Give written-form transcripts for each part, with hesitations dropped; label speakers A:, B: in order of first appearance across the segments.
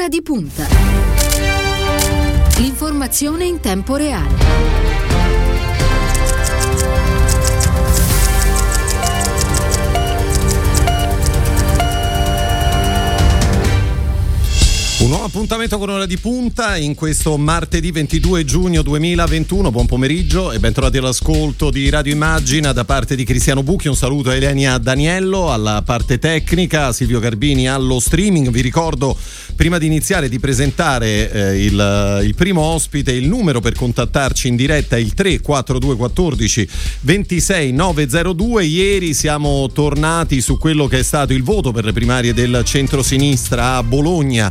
A: Ora di punta. L'informazione in tempo reale.
B: Un nuovo appuntamento con Ora di punta in questo martedì 22 giugno 2021. Buon pomeriggio e bentrovati all'ascolto di Radio Immagina da parte di Cristiano Bucchi. Un saluto a Elenia Daniello alla parte tecnica, Silvio Garbini allo streaming. Vi ricordo, prima di iniziare, di presentare il primo ospite. Il numero per contattarci in diretta è il 34214 26 902. Ieri siamo tornati su quello che è stato il voto per le primarie del centrosinistra a Bologna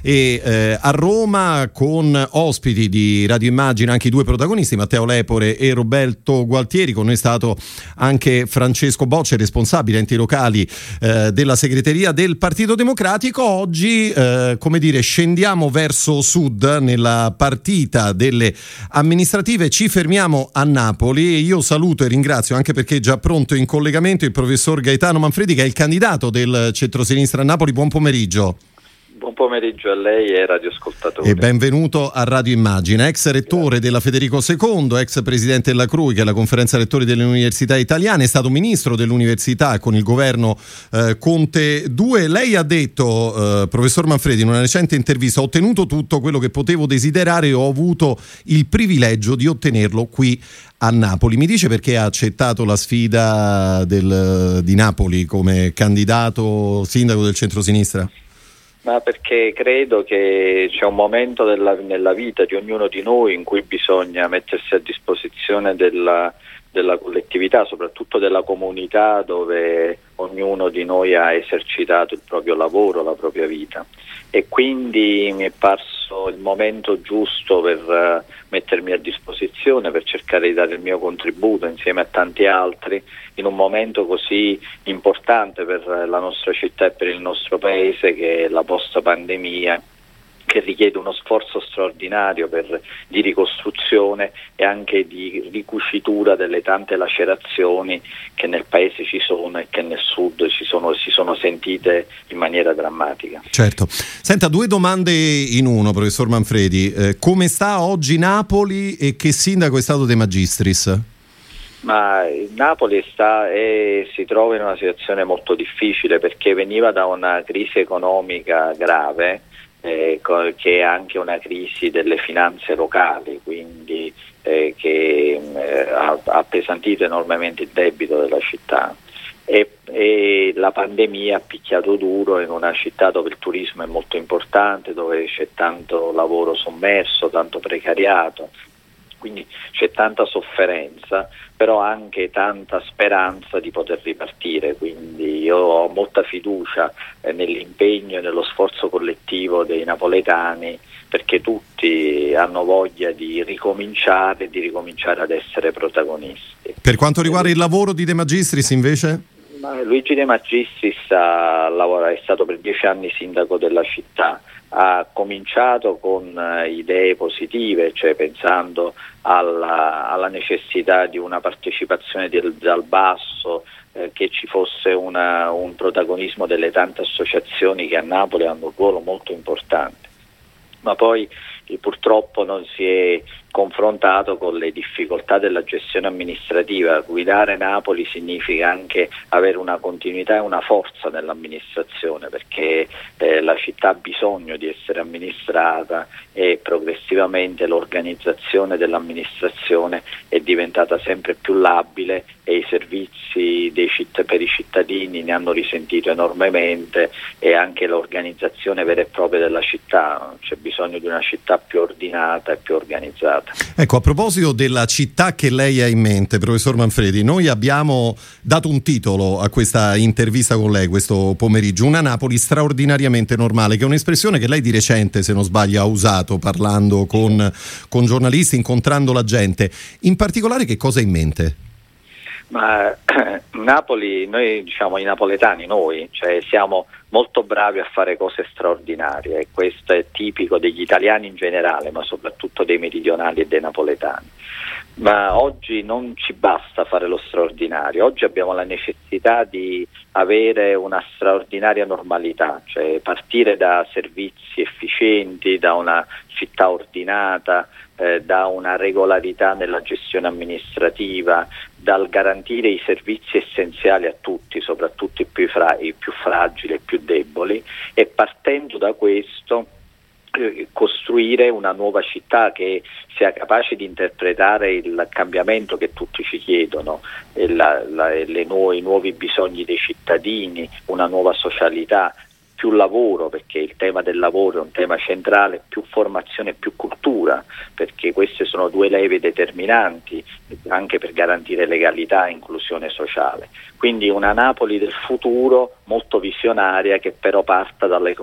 B: e a Roma, con ospiti di Radio Immagina, anche i due protagonisti, Matteo Lepore e Roberto Gualtieri. Con noi è stato anche Francesco Boccia, responsabile enti locali della segreteria del Partito Democratico. Oggi scendiamo verso sud nella partita delle amministrative, ci fermiamo a Napoli e io saluto e ringrazio, anche perché è già pronto in collegamento, il professor Gaetano Manfredi, che è il candidato del centrosinistra a Napoli. Buon pomeriggio.
C: Buon pomeriggio a lei e ai radioascoltatori.
B: E benvenuto a Radio Immagina. Ex rettore della Federico II, ex presidente della CRUI, che è la conferenza rettori delle università italiane, è stato ministro dell'università con il governo Conte 2. Lei ha detto, professor Manfredi, in una recente intervista: ho ottenuto tutto quello che potevo desiderare e ho avuto il privilegio di ottenerlo qui a Napoli. Mi dice perché ha accettato la sfida di Napoli come candidato sindaco del centrosinistra?
C: Ma perché credo che c'è un momento nella vita di ognuno di noi in cui bisogna mettersi a disposizione della collettività, soprattutto della comunità dove ognuno di noi ha esercitato il proprio lavoro, la propria vita, e quindi mi è parso il momento giusto per mettermi a disposizione, per cercare di dare il mio contributo insieme a tanti altri in un momento così importante per la nostra città e per il nostro paese, che è la post pandemia, che richiede uno sforzo straordinario di ricostruzione e anche di ricucitura delle tante lacerazioni che nel paese ci sono e che nel sud si sono sentite in maniera drammatica.
B: Certo. Senta, due domande in uno, professor Manfredi. Come sta oggi Napoli e che sindaco è stato De Magistris?
C: Ma Napoli si trova in una situazione molto difficile, perché veniva da una crisi economica grave, che è anche una crisi delle finanze locali, quindi che ha appesantito enormemente il debito della città, e la pandemia ha picchiato duro in una città dove il turismo è molto importante, dove c'è tanto lavoro sommerso, tanto precariato. Quindi c'è tanta sofferenza, però anche tanta speranza di poter ripartire. Quindi io ho molta fiducia nell'impegno e nello sforzo collettivo dei napoletani, perché tutti hanno voglia di ricominciare ad essere protagonisti.
B: Per quanto riguarda il lavoro di De Magistris invece?
C: Luigi De Magistris è stato per 10 anni sindaco della città. Ha cominciato con idee positive, cioè pensando alla necessità di una partecipazione dal basso, che ci fosse un protagonismo delle tante associazioni che a Napoli hanno un ruolo molto importante. Ma poi purtroppo non si è confrontato con le difficoltà della gestione amministrativa. Guidare Napoli significa anche avere una continuità e una forza nell'amministrazione, perché la città ha bisogno di essere amministrata e progressivamente l'organizzazione dell'amministrazione è diventata sempre più labile e i servizi per i cittadini ne hanno risentito enormemente, e anche l'organizzazione vera e propria della città. C'è bisogno di una città più ordinata e più organizzata.
B: Ecco, a proposito della città che lei ha in mente, professor Manfredi, noi abbiamo dato un titolo a questa intervista con lei questo pomeriggio: una Napoli straordinariamente normale, che è un'espressione che lei di recente, se non sbaglio, ha usato parlando con giornalisti, incontrando la gente. In particolare, che cosa ha in mente?
C: Ma Napoli, noi diciamo i napoletani, cioè siamo molto bravi a fare cose straordinarie, e questo è tipico degli italiani in generale, ma soprattutto dei meridionali e dei napoletani. Ma oggi non ci basta fare lo straordinario, oggi abbiamo la necessità di avere una straordinaria normalità, cioè partire da servizi efficienti, da una città ordinata, da una regolarità nella gestione amministrativa, dal garantire i servizi essenziali a tutti, soprattutto i più fragili e più deboli, e partendo da questo costruire una nuova città che sia capace di interpretare il cambiamento che tutti ci chiedono, i nuovi bisogni dei cittadini, una nuova socialità, più lavoro, perché il tema del lavoro è un tema centrale, più formazione e più cultura, perché queste sono due leve determinanti anche per garantire legalità e inclusione sociale. Quindi una Napoli del futuro molto visionaria, che però parta dalla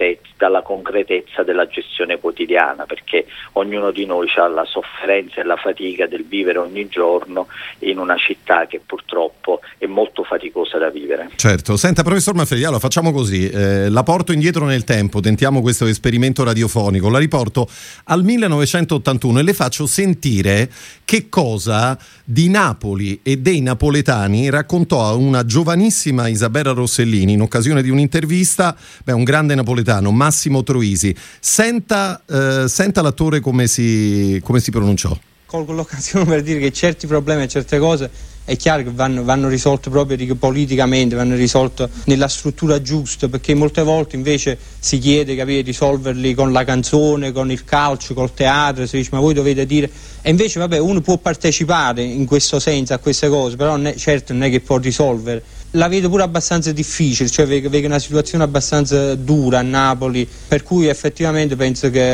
C: concretezza della gestione quotidiana, perché ognuno di noi ha la sofferenza e la fatica del vivere ogni giorno in una città che purtroppo è molto faticosa da vivere.
B: Certo. Senta, professor Manfredi, allora facciamo così, la porto indietro nel tempo, tentiamo questo esperimento radiofonico, la riporto al 1981 e le faccio sentire che cosa di Napoli e dei napoletani raccontò a una giovanissima Isabella Rossellini in occasione di un'intervista, un grande napoletano, Massimo Troisi. Senta l'attore come si pronunciò.
D: Colgo l'occasione per dire che certi problemi e certe cose è chiaro che vanno risolte proprio politicamente, vanno risolte nella struttura giusta, perché molte volte invece si chiede di risolverli con la canzone, con il calcio, col teatro, si dice ma voi dovete dire, e invece uno può partecipare in questo senso a queste cose, però certo non è che può risolvere. La vedo pure abbastanza difficile, cioè vedo una situazione abbastanza dura a Napoli, per cui effettivamente penso che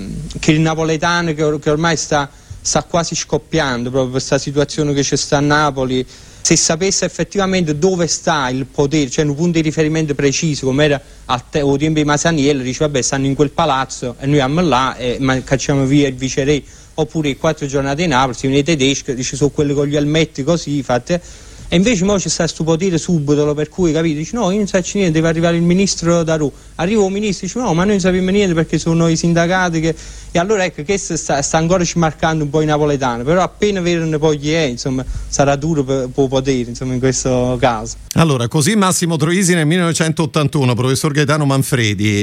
D: il napoletano che ormai sta quasi scoppiando proprio per questa situazione che c'è sta a Napoli, se sapesse effettivamente dove sta il potere, cioè un punto di riferimento preciso come era al tempo di Masaniello, dice stanno in quel palazzo e noi andiamo là e cacciamo via il viceré, oppure i 4 giornate in Napoli, si viene i tedeschi, dice sono quelli con gli elmetti così fate. E invece mo c'è sta questo potere subito, per cui dice no, io non so niente, deve arrivare il ministro da Roma. Arriva un ministro e dice no, ma noi non sappiamo niente perché sono i sindacati che... E allora ecco, questo sta ancora smarcando un po' i napoletani, però appena vedono poi chi è, insomma, sarà duro per potere, insomma, in questo caso.
B: Allora, così Massimo Troisi nel 1981, professor Gaetano Manfredi,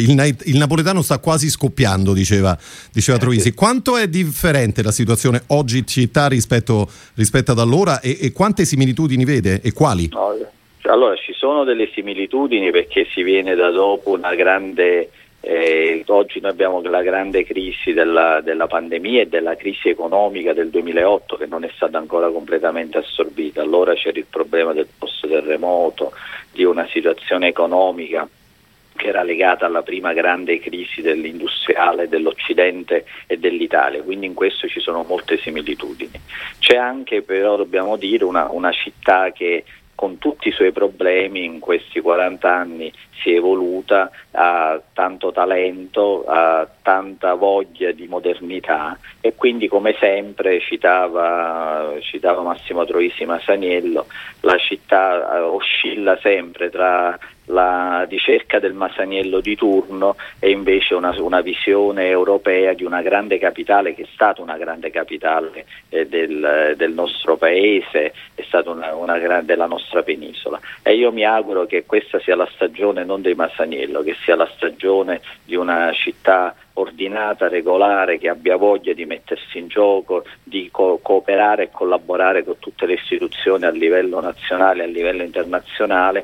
B: il napoletano sta quasi scoppiando, diceva Troisi. Quanto è differente la situazione oggi in città rispetto ad allora e quante similitudini vede e quali?
C: Allora, ci sono delle similitudini perché si viene da dopo una grande... oggi noi abbiamo la grande crisi della pandemia e della crisi economica del 2008 che non è stata ancora completamente assorbita. Allora c'era il problema del post-terremoto, di una situazione economica che era legata alla prima grande crisi dell'industriale dell'Occidente e dell'Italia, quindi in questo ci sono molte similitudini. C'è anche però, dobbiamo dire, una città che con tutti i suoi problemi in questi 40 anni si è evoluta, ha tanto talento, ha tanta voglia di modernità e quindi, come sempre citava Massimo Troisi Masaniello, la città oscilla sempre tra la ricerca del Masaniello di turno e invece una visione europea di una grande capitale che è stata una grande capitale del nostro paese, è stata della nostra penisola, e io mi auguro che questa sia la stagione non dei Masaniello, che sia la stagione di una città ordinata, regolare, che abbia voglia di mettersi in gioco, di cooperare e collaborare con tutte le istituzioni a livello nazionale e a livello internazionale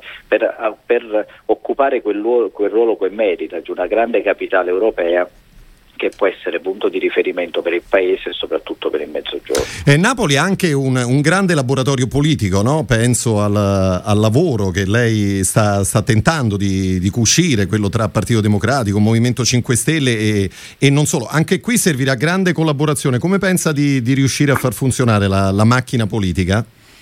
C: per occupare quel ruolo che merita, di una grande capitale europea che può essere punto di riferimento per il paese e soprattutto per il Mezzogiorno.
B: Napoli ha anche un grande laboratorio politico, no? Penso al lavoro che lei sta tentando di cucire, quello tra Partito Democratico, Movimento 5 Stelle e non solo. Anche qui servirà grande collaborazione. Come pensa di riuscire a far funzionare la macchina politica?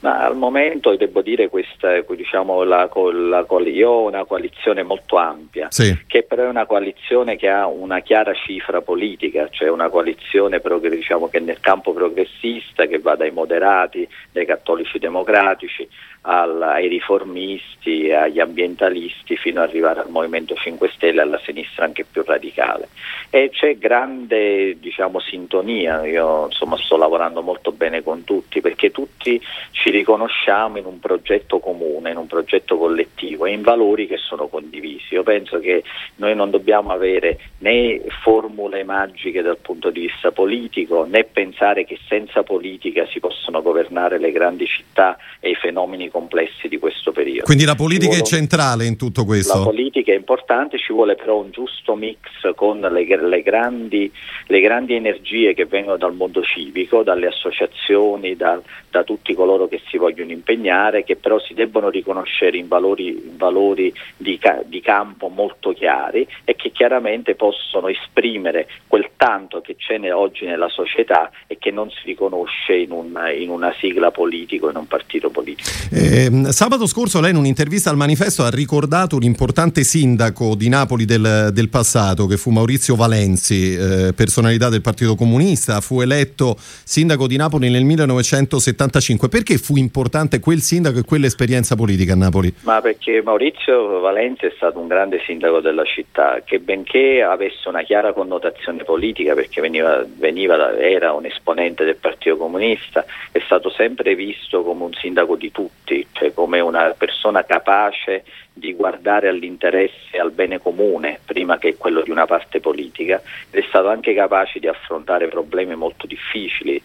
C: Ma al momento devo dire questa, diciamo, io ho una coalizione molto ampia,
B: sì,
C: che però è una coalizione che ha una chiara cifra politica, cioè una coalizione diciamo, che nel campo progressista, che va dai moderati, dai cattolici democratici, ai riformisti, agli ambientalisti, fino ad arrivare al Movimento 5 Stelle, alla sinistra anche più radicale. E c'è grande, diciamo, sintonia. Io insomma sto lavorando molto bene con tutti, perché tutti ci riconosciamo in un progetto comune, in un progetto collettivo e in valori che sono condivisi. Io penso che noi non dobbiamo avere né formule magiche dal punto di vista politico, né pensare che senza politica si possono governare le grandi città e i fenomeni complessi di questo periodo.
B: Quindi la politica è centrale in tutto questo?
C: La politica è importante, ci vuole però un giusto mix con le grandi energie che vengono dal mondo civico, dalle associazioni, da tutti coloro che si vogliono impegnare, che però si debbono riconoscere in valori di campo molto chiari e che chiaramente possono esprimere quel tanto che c'è oggi nella società e che non si riconosce in una sigla politica, in un partito politico.
B: Sabato scorso lei in un'intervista al Manifesto ha ricordato un importante sindaco di Napoli del passato, che fu Maurizio Valenzi, personalità del Partito Comunista, fu eletto sindaco di Napoli nel 1975. Perché fu importante quel sindaco e quell'esperienza politica a Napoli? Ma
C: perché Maurizio Valenzi è stato un grande sindaco della città, che benché avesse una chiara connotazione politica, perché era un esponente del Partito Comunista, è stato sempre visto come un sindaco di tutti, cioè come una persona capace di guardare all'interesse e al bene comune prima che quello di una parte politica, ed è stato anche capace di affrontare problemi molto difficili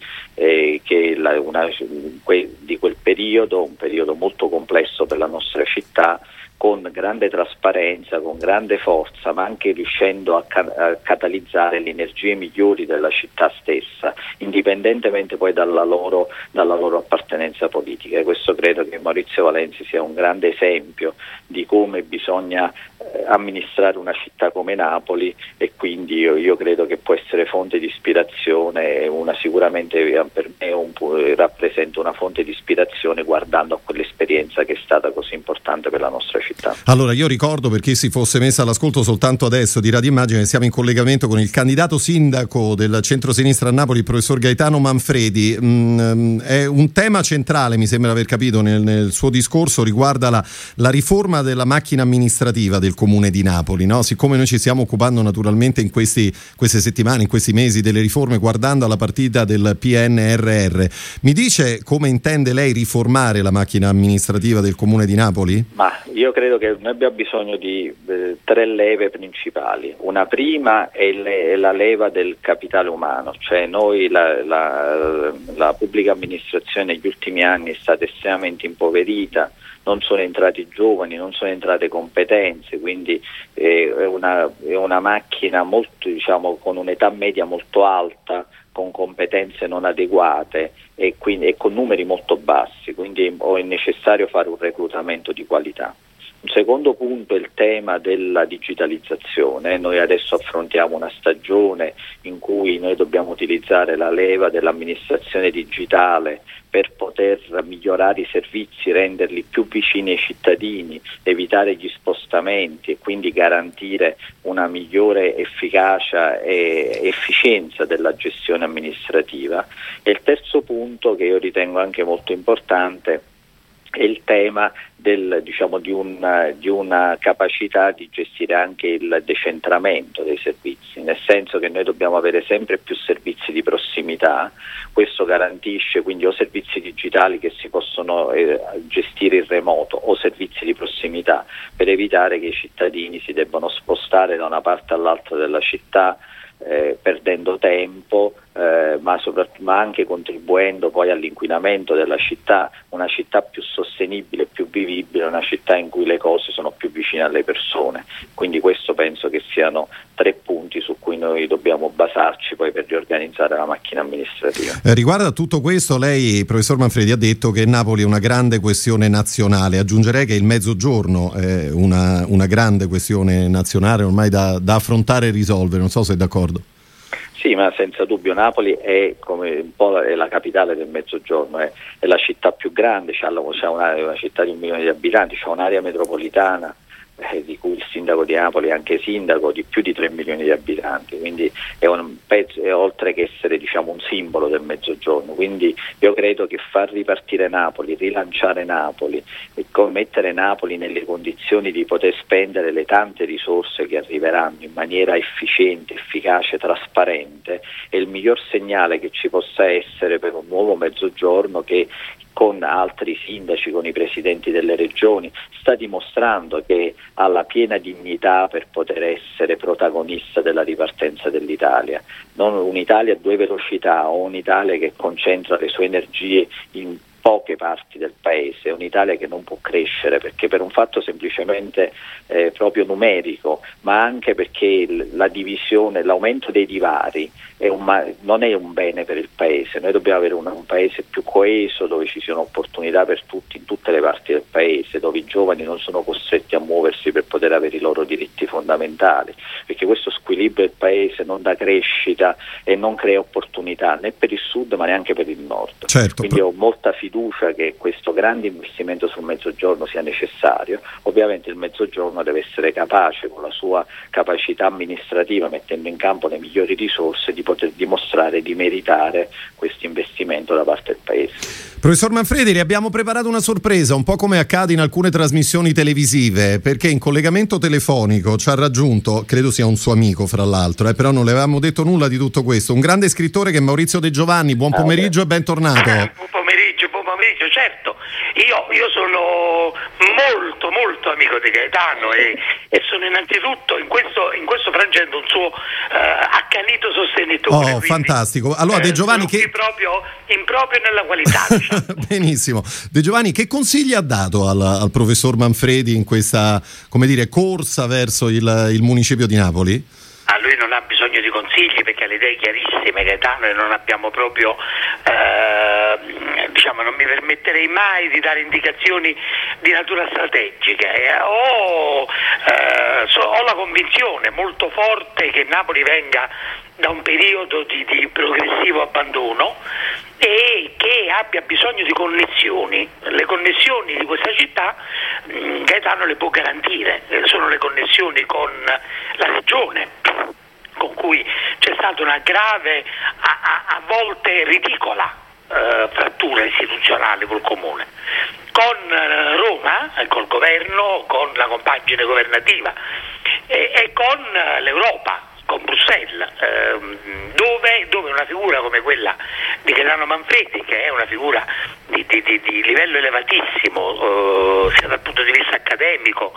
C: di quel periodo, un periodo molto complesso per la nostra città, con grande trasparenza, con grande forza, ma anche riuscendo a catalizzare le energie migliori della città stessa, indipendentemente poi dalla loro appartenenza politica. E questo credo che Maurizio Valenzi sia un grande esempio di come bisogna amministrare una città come Napoli, e quindi io credo che può essere fonte di ispirazione, sicuramente per me rappresenta una fonte di ispirazione, guardando a quell'esperienza che è stata così importante per la nostra città.
B: Allora io ricordo, per chi si fosse messa all'ascolto soltanto adesso di Radio Immagine, siamo in collegamento con il candidato sindaco del centrosinistra a Napoli, il professor Gaetano Manfredi. È un tema centrale, mi sembra aver capito nel suo discorso, riguarda la riforma della macchina amministrativa del Comune di Napoli, no? Siccome noi ci stiamo occupando naturalmente in queste settimane, in questi mesi, delle riforme, guardando alla partita del PNRR, mi dice come intende lei riformare la macchina amministrativa del Comune di Napoli?
C: Ma io credo che noi abbiamo bisogno di 3 leve principali. Una prima è la leva del capitale umano, cioè noi la pubblica amministrazione negli ultimi anni è stata estremamente impoverita, non sono entrati giovani, non sono entrate competenze, quindi è una macchina molto, diciamo, con un'età media molto alta, con competenze non adeguate e con numeri molto bassi, quindi è necessario fare un reclutamento di qualità. Un secondo punto è il tema della digitalizzazione. Noi adesso affrontiamo una stagione in cui noi dobbiamo utilizzare la leva dell'amministrazione digitale per poter migliorare i servizi, renderli più vicini ai cittadini, evitare gli spostamenti e quindi garantire una migliore efficacia e efficienza della gestione amministrativa. E il terzo punto, che io ritengo anche molto importante, è il tema di una capacità di gestire anche il decentramento dei servizi, nel senso che noi dobbiamo avere sempre più servizi di prossimità. Questo garantisce quindi o servizi digitali che si possono gestire in remoto o servizi di prossimità, per evitare che i cittadini si debbano spostare da una parte all'altra della città perdendo tempo, ma anche contribuendo poi all'inquinamento della città. Una città più sostenibile, più vivibile, una città in cui le cose sono più vicine alle persone. Quindi questo penso che siano 3 punti su cui noi dobbiamo basarci poi per riorganizzare la macchina amministrativa.
B: Riguardo a tutto questo, lei, professor Manfredi, ha detto che Napoli è una grande questione nazionale. Aggiungerei che il Mezzogiorno è una grande questione nazionale ormai da affrontare e risolvere. Non so se è d'accordo.
C: Sì, ma senza dubbio Napoli è come un po' è la capitale del Mezzogiorno, è la città più grande, c'ha una città di 1 milione di abitanti, c'ha un'area metropolitana di cui il sindaco di Napoli è anche sindaco di più di 3 milioni di abitanti, quindi è un pezzo, oltre che essere un simbolo del Mezzogiorno. Quindi io credo che far ripartire Napoli, rilanciare Napoli e mettere Napoli nelle condizioni di poter spendere le tante risorse che arriveranno in maniera efficiente, efficace, trasparente è il miglior segnale che ci possa essere per un nuovo Mezzogiorno che con altri sindaci, con i presidenti delle regioni, sta dimostrando che ha la piena dignità per poter essere protagonista della ripartenza dell'Italia. Non un'Italia a 2 velocità o un'Italia che concentra le sue energie in poche parti del paese, è un'Italia che non può crescere perché per un fatto semplicemente proprio numerico, ma anche perché la divisione, l'aumento dei divari non è un bene per il paese. Noi dobbiamo avere un paese più coeso, dove ci siano opportunità per tutti in tutte le parti del paese, dove i giovani non sono costretti a muoversi per poter avere i loro diritti fondamentali, perché questo squilibrio del paese non dà crescita e non crea opportunità né per il sud ma neanche per il nord.
B: Certo.
C: Quindi ho molta fiducia che questo grande investimento sul Mezzogiorno sia necessario. Ovviamente il Mezzogiorno deve essere capace, con la sua capacità amministrativa, mettendo in campo le migliori risorse, di poter dimostrare di meritare questo investimento da parte del Paese.
B: Professor Manfredi, le abbiamo preparato una sorpresa, un po' come accade in alcune trasmissioni televisive, perché in collegamento telefonico ci ha raggiunto, credo sia un suo amico fra l'altro, però non le avevamo detto nulla di tutto questo, un grande scrittore che è Maurizio De Giovanni. Buon pomeriggio e bentornato.
E: Buon pomeriggio, certo. Io sono molto amico di Gaetano e sono innanzitutto in questo frangente un suo accanito sostenitore.
B: Oh, fantastico. Allora De Giovanni
E: improprio nella qualità. Diciamo.
B: Benissimo. De Giovanni, che consigli ha dato al professor Manfredi in questa, corsa verso il municipio di Napoli?
E: Lui non ha bisogno di consigli perché ha le idee chiarissime, Gaetano, e non abbiamo proprio non mi permetterei mai di dare indicazioni di natura strategica. Ho la convinzione molto forte che Napoli venga da un periodo di progressivo abbandono e che abbia bisogno di connessioni. Le connessioni di questa città Gaetano le può garantire, sono le connessioni con la regione, con cui c'è stata una grave, a volte ridicola frattura istituzionale col Comune, con Roma, col governo, con la compagine governativa e con l'Europa, con Bruxelles, dove una figura come quella di Gaetano Manfredi, che è una figura di livello elevatissimo sia dal punto di vista accademico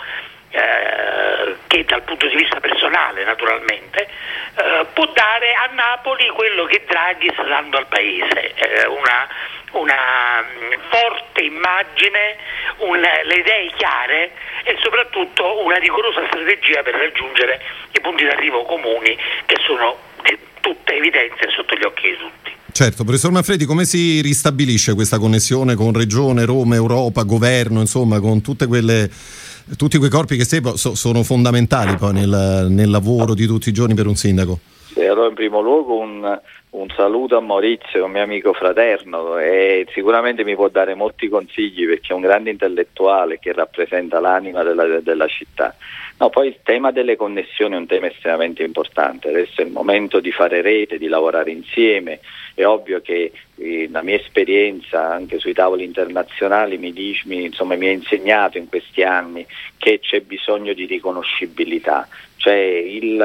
E: che dal punto di vista personale naturalmente, può dare a Napoli quello che Draghi sta dando al paese, una forte immagine, le idee chiare e soprattutto una rigorosa strategia per raggiungere i punti d'arrivo comuni che sono di tutta evidenza e sotto gli occhi di tutti.
B: Certo, professor Manfredi, come si ristabilisce questa connessione con Regione, Roma, Europa, Governo, insomma, con tutti quei corpi che sono fondamentali poi nel lavoro di tutti i giorni per un sindaco?
C: Allora, in primo luogo un saluto a Maurizio, un mio amico fraterno, e sicuramente mi può dare molti consigli perché è un grande intellettuale che rappresenta l'anima della città. No, poi il tema delle connessioni è un tema estremamente importante. Adesso è il momento di fare rete, di lavorare insieme. È ovvio che la mia esperienza anche sui tavoli internazionali mi ha insegnato in questi anni che c'è bisogno di riconoscibilità. Cioè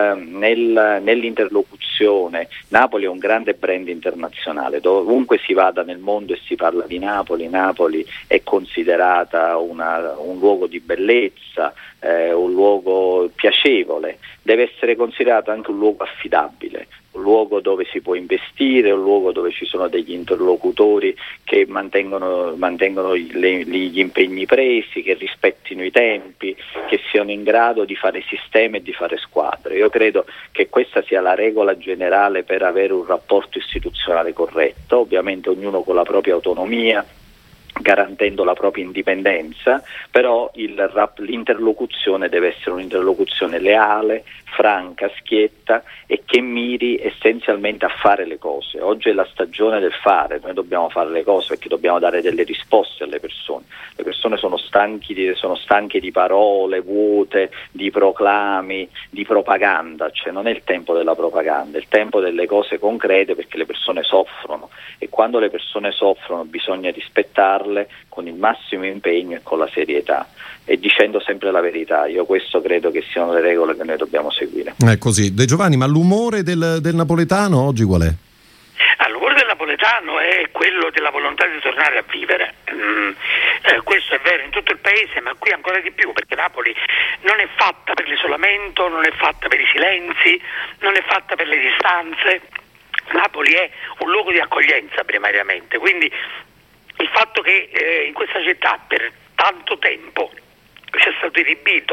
C: nell'interlocuzione, Napoli è un grande brand internazionale, dovunque si vada nel mondo e si parla di Napoli è considerata un luogo di bellezza, un luogo piacevole, deve essere considerato anche un luogo affidabile, un luogo dove si può investire, un luogo dove ci sono degli interlocutori che mantengono gli impegni presi, che rispettino i tempi, che siano in grado di fare sistemi e di fare squadre. Io credo che questa sia la regola generale per avere un rapporto istituzionale corretto, ovviamente ognuno con la propria autonomia, garantendo la propria indipendenza, però l'interlocuzione deve essere un'interlocuzione leale, franca, schietta e che miri essenzialmente a fare le cose. Oggi è la stagione del fare, noi dobbiamo fare le cose perché dobbiamo dare delle risposte alle persone. Le persone sono stanche di parole vuote, di proclami, di propaganda, cioè non è il tempo della propaganda, è il tempo delle cose concrete, perché le persone soffrono e quando le persone soffrono bisogna rispettarle con il massimo impegno e con la serietà e dicendo sempre la verità. Io questo credo che siano le regole che noi dobbiamo seguire.
B: È così. De Giovanni, ma l'umore del napoletano oggi qual è?
E: L'umore del napoletano è quello della volontà di tornare a vivere. Questo è vero in tutto il paese, ma qui ancora di più, perché Napoli non è fatta per l'isolamento, non è fatta per i silenzi, non è fatta per le distanze. Napoli è un luogo di accoglienza primariamente, quindi il fatto che in questa città per tanto tempo sia stata inibita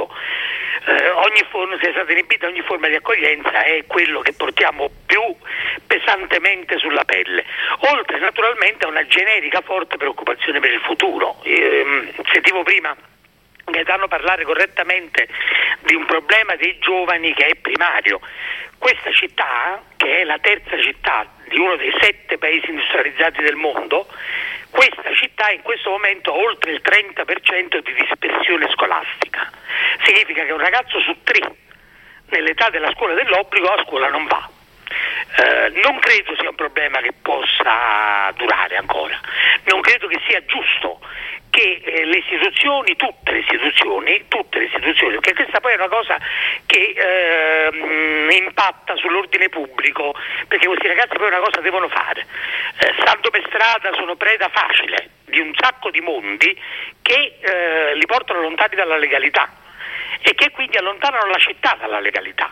E: ogni forma di accoglienza è quello che portiamo più pesantemente sulla pelle, oltre naturalmente a una generica forte preoccupazione per il futuro. Sentivo prima Gaetano parlare correttamente di un problema dei giovani che è primario. Questa città, che è la terza città di uno dei 7 paesi industrializzati del mondo, questa città in questo momento ha oltre il 30% di dispersione scolastica. Significa che un ragazzo su 3 nell'età della scuola dell'obbligo a scuola non va. Non credo sia un problema che possa durare ancora, non credo che sia giusto che le istituzioni, tutte le istituzioni, perché questa poi è una cosa che impatta sull'ordine pubblico, perché questi ragazzi poi una cosa devono fare, stando per strada sono preda facile di un sacco di mondi che li portano lontani dalla legalità e che quindi allontanano la città dalla legalità.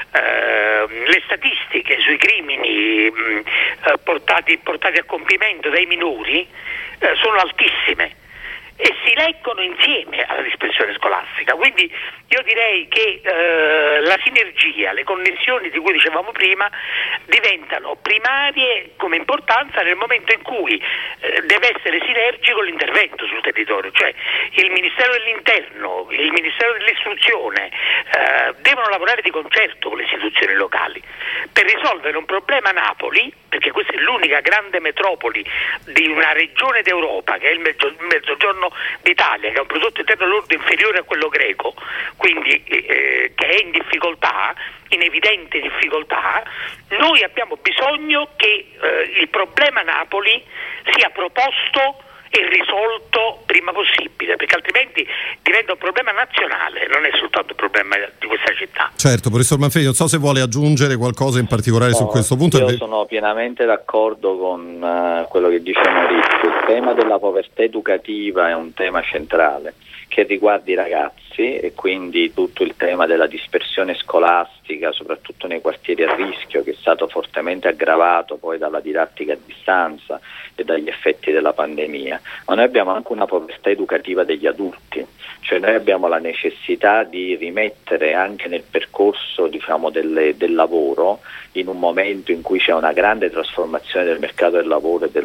E: Le statistiche sui crimini portati a compimento dai minori sono altissime e si leggono insieme alla dispersione scolastica, quindi io direi che la sinergia, le connessioni di cui dicevamo prima diventano primarie come importanza nel momento in cui deve essere sinergico l'intervento sul territorio, cioè il Ministero dell'Interno, il Ministero dell'Istruzione devono lavorare di concerto con le istituzioni locali per risolvere un problema a Napoli, perché questa è l'unica grande metropoli di una regione d'Europa che è il mezzogiorno d'Italia, che ha un prodotto interno lordo inferiore a quello greco, quindi che è in difficoltà, in evidente difficoltà. Noi abbiamo bisogno che il problema Napoli sia proposto e risolto prima possibile, perché altrimenti diventa un problema nazionale, non è soltanto un problema di questa città.
B: Certo, professor Manfredi, non so se vuole aggiungere qualcosa in particolare su questo punto.
C: Io sono pienamente d'accordo con quello che dice Maurizio. Il tema della povertà educativa è un tema centrale che riguarda i ragazzi e quindi tutto il tema della dispersione scolastica, soprattutto nei quartieri a rischio, che è stato fortemente aggravato poi dalla didattica a distanza e dagli effetti della pandemia. Ma noi abbiamo anche una povertà educativa degli adulti, cioè noi abbiamo la necessità di rimettere anche nel percorso del lavoro, in un momento in cui c'è una grande trasformazione del mercato del lavoro e del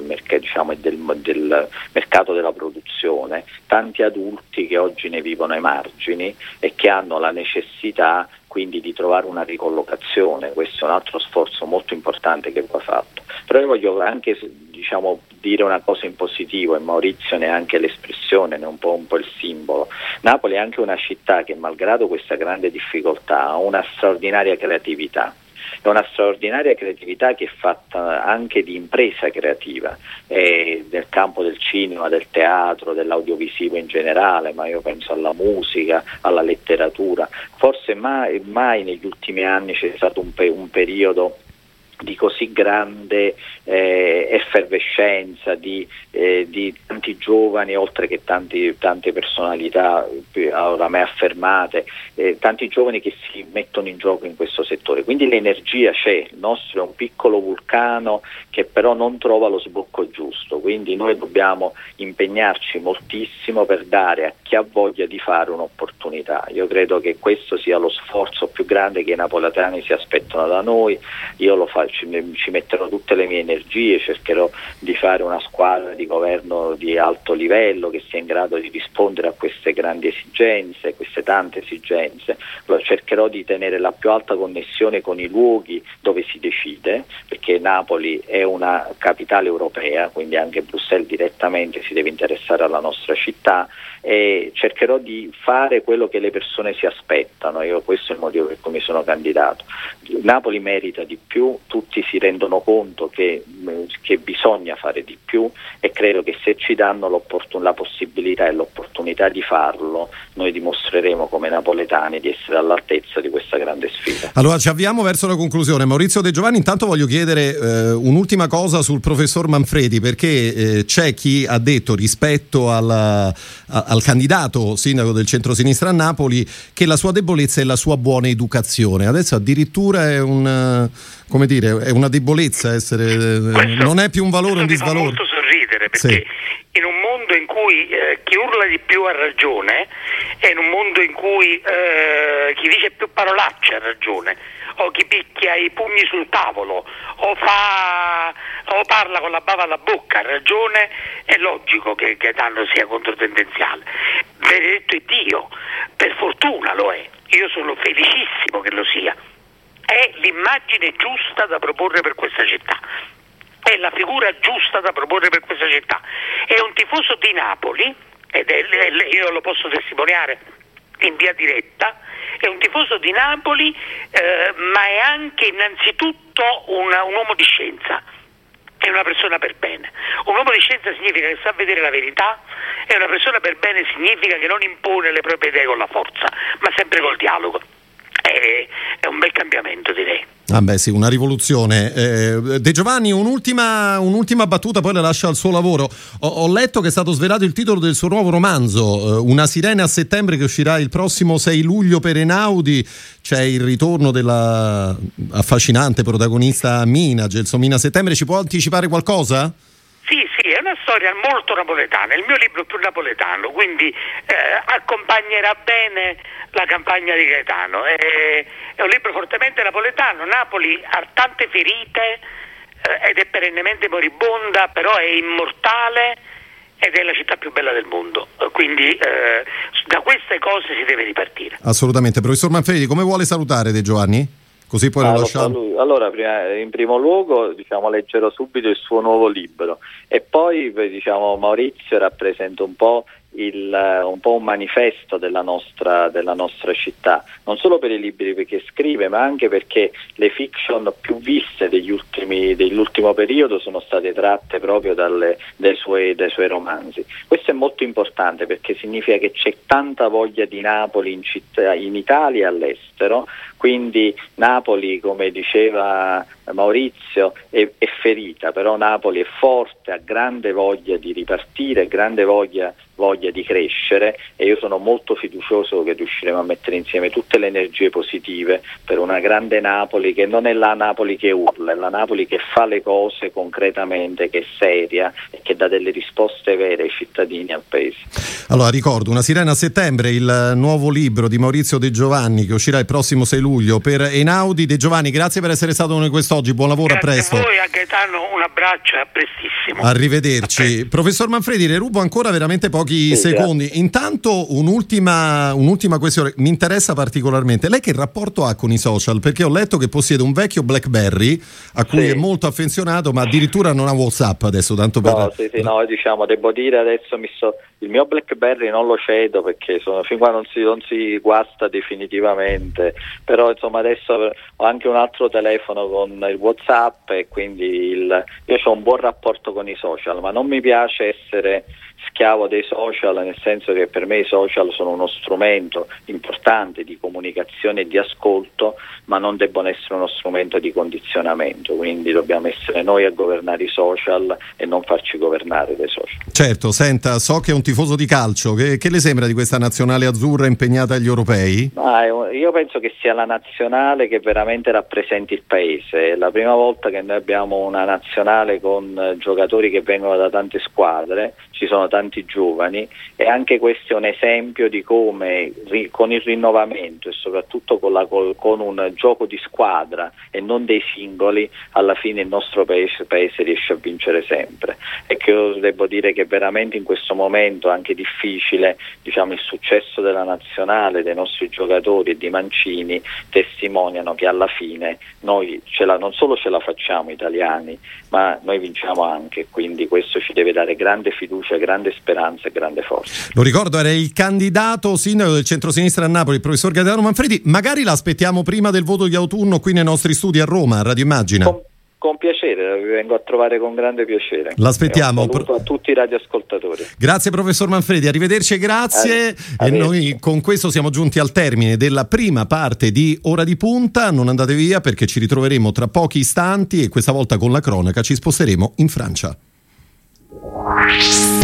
C: mercato della produzione, tanti adulti che oggi ne vivono ai margini e che hanno la necessità quindi di trovare una ricollocazione. Questo è un altro sforzo molto importante che va fatto. Però io voglio anche dire una cosa in positivo, e Maurizio ne ha anche l'espressione, ne è un po' il simbolo. Napoli è anche una città che, malgrado questa grande difficoltà, ha una straordinaria creatività. È una straordinaria creatività che è fatta anche di impresa creativa nel campo del cinema, del teatro, dell'audiovisivo in generale, ma io penso alla musica, alla letteratura. Forse mai negli ultimi anni c'è stato un periodo di così grande effervescenza di tanti giovani, oltre che tante personalità oramai affermate, tanti giovani che si mettono in gioco in questo settore. Quindi l'energia c'è, il nostro è un piccolo vulcano che però non trova lo sbocco giusto, quindi noi dobbiamo impegnarci moltissimo per dare a chi ha voglia di fare un'opportunità. Io credo che questo sia lo sforzo più grande che i napoletani si aspettano da noi. Io ci metterò tutte le mie energie, cercherò di fare una squadra di governo di alto livello che sia in grado di rispondere a queste grandi esigenze, queste tante esigenze. Allora, cercherò di tenere la più alta connessione con i luoghi dove si decide, perché Napoli è una capitale europea, quindi anche Bruxelles direttamente si deve interessare alla nostra città, e cercherò di fare quello che le persone si aspettano. Questo è il motivo per cui mi sono candidato. Napoli merita di più, tutti si rendono conto che bisogna fare di più, e credo che se ci danno la possibilità e l'opportunità di farlo, noi dimostreremo come napoletani di essere all'altezza di questa grande sfida.
B: Allora ci avviamo verso la conclusione. Maurizio De Giovanni, intanto voglio chiedere un'ultima cosa sul professor Manfredi, perché c'è chi ha detto rispetto al candidato sindaco del centro-sinistra a Napoli che la sua debolezza è la sua buona educazione. Adesso addirittura è una debolezza essere, non è più un valore, un disvalore.
E: Mi fa molto sorridere, perché in un mondo in cui chi urla di più ha ragione, e in un mondo in cui chi dice più parolacce ha ragione, o chi picchia i pugni sul tavolo o parla con la bava alla bocca ha ragione, è logico che Gaetano sia controtendenziale. Benedetto è Dio, per fortuna lo è, io sono felicissimo che lo sia, è l'immagine giusta da proporre per questa città, è la figura giusta da proporre per questa città. È un tifoso di Napoli, io lo posso testimoniare in via diretta, è un tifoso di Napoli, ma è anche innanzitutto un uomo di scienza, è una persona per bene. Un uomo di scienza significa che sa vedere la verità, e una persona per bene significa che non impone le proprie idee con la forza, ma sempre col dialogo. È un bel cambiamento, direi.
B: Ah beh sì, una rivoluzione. De Giovanni, un'ultima battuta, poi la lascia al suo lavoro. Ho letto che è stato svelato il titolo del suo nuovo romanzo, Una sirena a settembre, che uscirà il prossimo 6 luglio per Einaudi. C'è il ritorno della affascinante protagonista Mina, Gelsomina Settembre. Ci può anticipare qualcosa?
E: Sì, è una storia molto napoletana, il mio libro è più napoletano, quindi accompagnerà bene la campagna di Gaetano. È un libro fortemente napoletano. Napoli ha tante ferite ed è perennemente moribonda, però è immortale ed è la città più bella del mondo, quindi da queste cose si deve ripartire.
B: Assolutamente. Professor Manfredi, come vuole salutare De Giovanni? Così poi lo lasciamo.
C: Allora, in primo luogo leggerò subito il suo nuovo libro, e poi Maurizio rappresenta un po' un manifesto della nostra città, non solo per i libri che scrive, ma anche perché le fiction più viste dell'ultimo periodo sono state tratte proprio dai suoi romanzi. Questo è molto importante, perché significa che c'è tanta voglia di Napoli in Italia e all'estero. Quindi Napoli, come diceva Maurizio, è ferita, però Napoli è forte, ha grande voglia di ripartire, grande voglia di crescere, e io sono molto fiducioso che riusciremo a mettere insieme tutte le energie positive per una grande Napoli, che non è la Napoli che urla, è la Napoli che fa le cose concretamente, che è seria e che dà delle risposte vere ai cittadini e al paese.
B: Allora ricordo Una sirena a settembre, il nuovo libro di Maurizio De Giovanni, che uscirà il prossimo 6 luglio per Einaudi. De Giovanni, grazie per essere stato con noi quest'oggi, buon lavoro,
E: grazie,
B: a presto.
E: A voi, a Gaetano un abbraccio, a prestissimo.
B: Arrivederci. Professor Manfredi, le rubo ancora veramente pochi secondi. Grazie. Intanto un'ultima questione, mi interessa particolarmente. Lei che rapporto ha con i social? Perché ho letto che possiede un vecchio BlackBerry a cui è molto affezionato, ma addirittura non ha WhatsApp adesso, tanto per...
C: No, devo dire adesso il mio BlackBerry non lo cedo, perché fin qua non si guasta definitivamente, però insomma adesso ho anche un altro telefono con il WhatsApp, e quindi io ho un buon rapporto con i social, ma non mi piace essere schiavo dei social, nel senso che per me i social sono uno strumento importante di comunicazione e di ascolto, ma non debbono essere uno strumento di condizionamento, quindi dobbiamo essere noi a governare i social e non farci governare dai social.
B: Certo, senta, so che è un tifoso di calcio, che le sembra di questa nazionale azzurra impegnata agli europei?
C: Io penso che sia la nazionale che veramente rappresenti il paese. È la prima volta che noi abbiamo una nazionale con giocatori che vengono da tante squadre, ci sono sono tanti giovani, e anche questo è un esempio di come con il rinnovamento e soprattutto con un gioco di squadra e non dei singoli, alla fine il nostro paese riesce a vincere sempre. E che io devo dire che veramente in questo momento anche difficile, diciamo, il successo della nazionale, dei nostri giocatori e di Mancini testimoniano che alla fine noi non solo ce la facciamo italiani, ma noi vinciamo anche, quindi questo ci deve dare grande fiducia, grande speranza e grande forza.
B: Lo ricordo, era il candidato sindaco del centrosinistra a Napoli, il professor Gaetano Manfredi. Magari l'aspettiamo prima del voto di autunno qui nei nostri studi a Roma, a Radio Immagina.
C: Con piacere, vi vengo a trovare con grande piacere.
B: L'aspettiamo.
C: Un saluto a tutti i radioascoltatori.
B: Grazie professor Manfredi, arrivederci e grazie. E noi con questo siamo giunti al termine della prima parte di Ora di Punta. Non andate via, perché ci ritroveremo tra pochi istanti e questa volta con la cronaca ci sposteremo in Francia.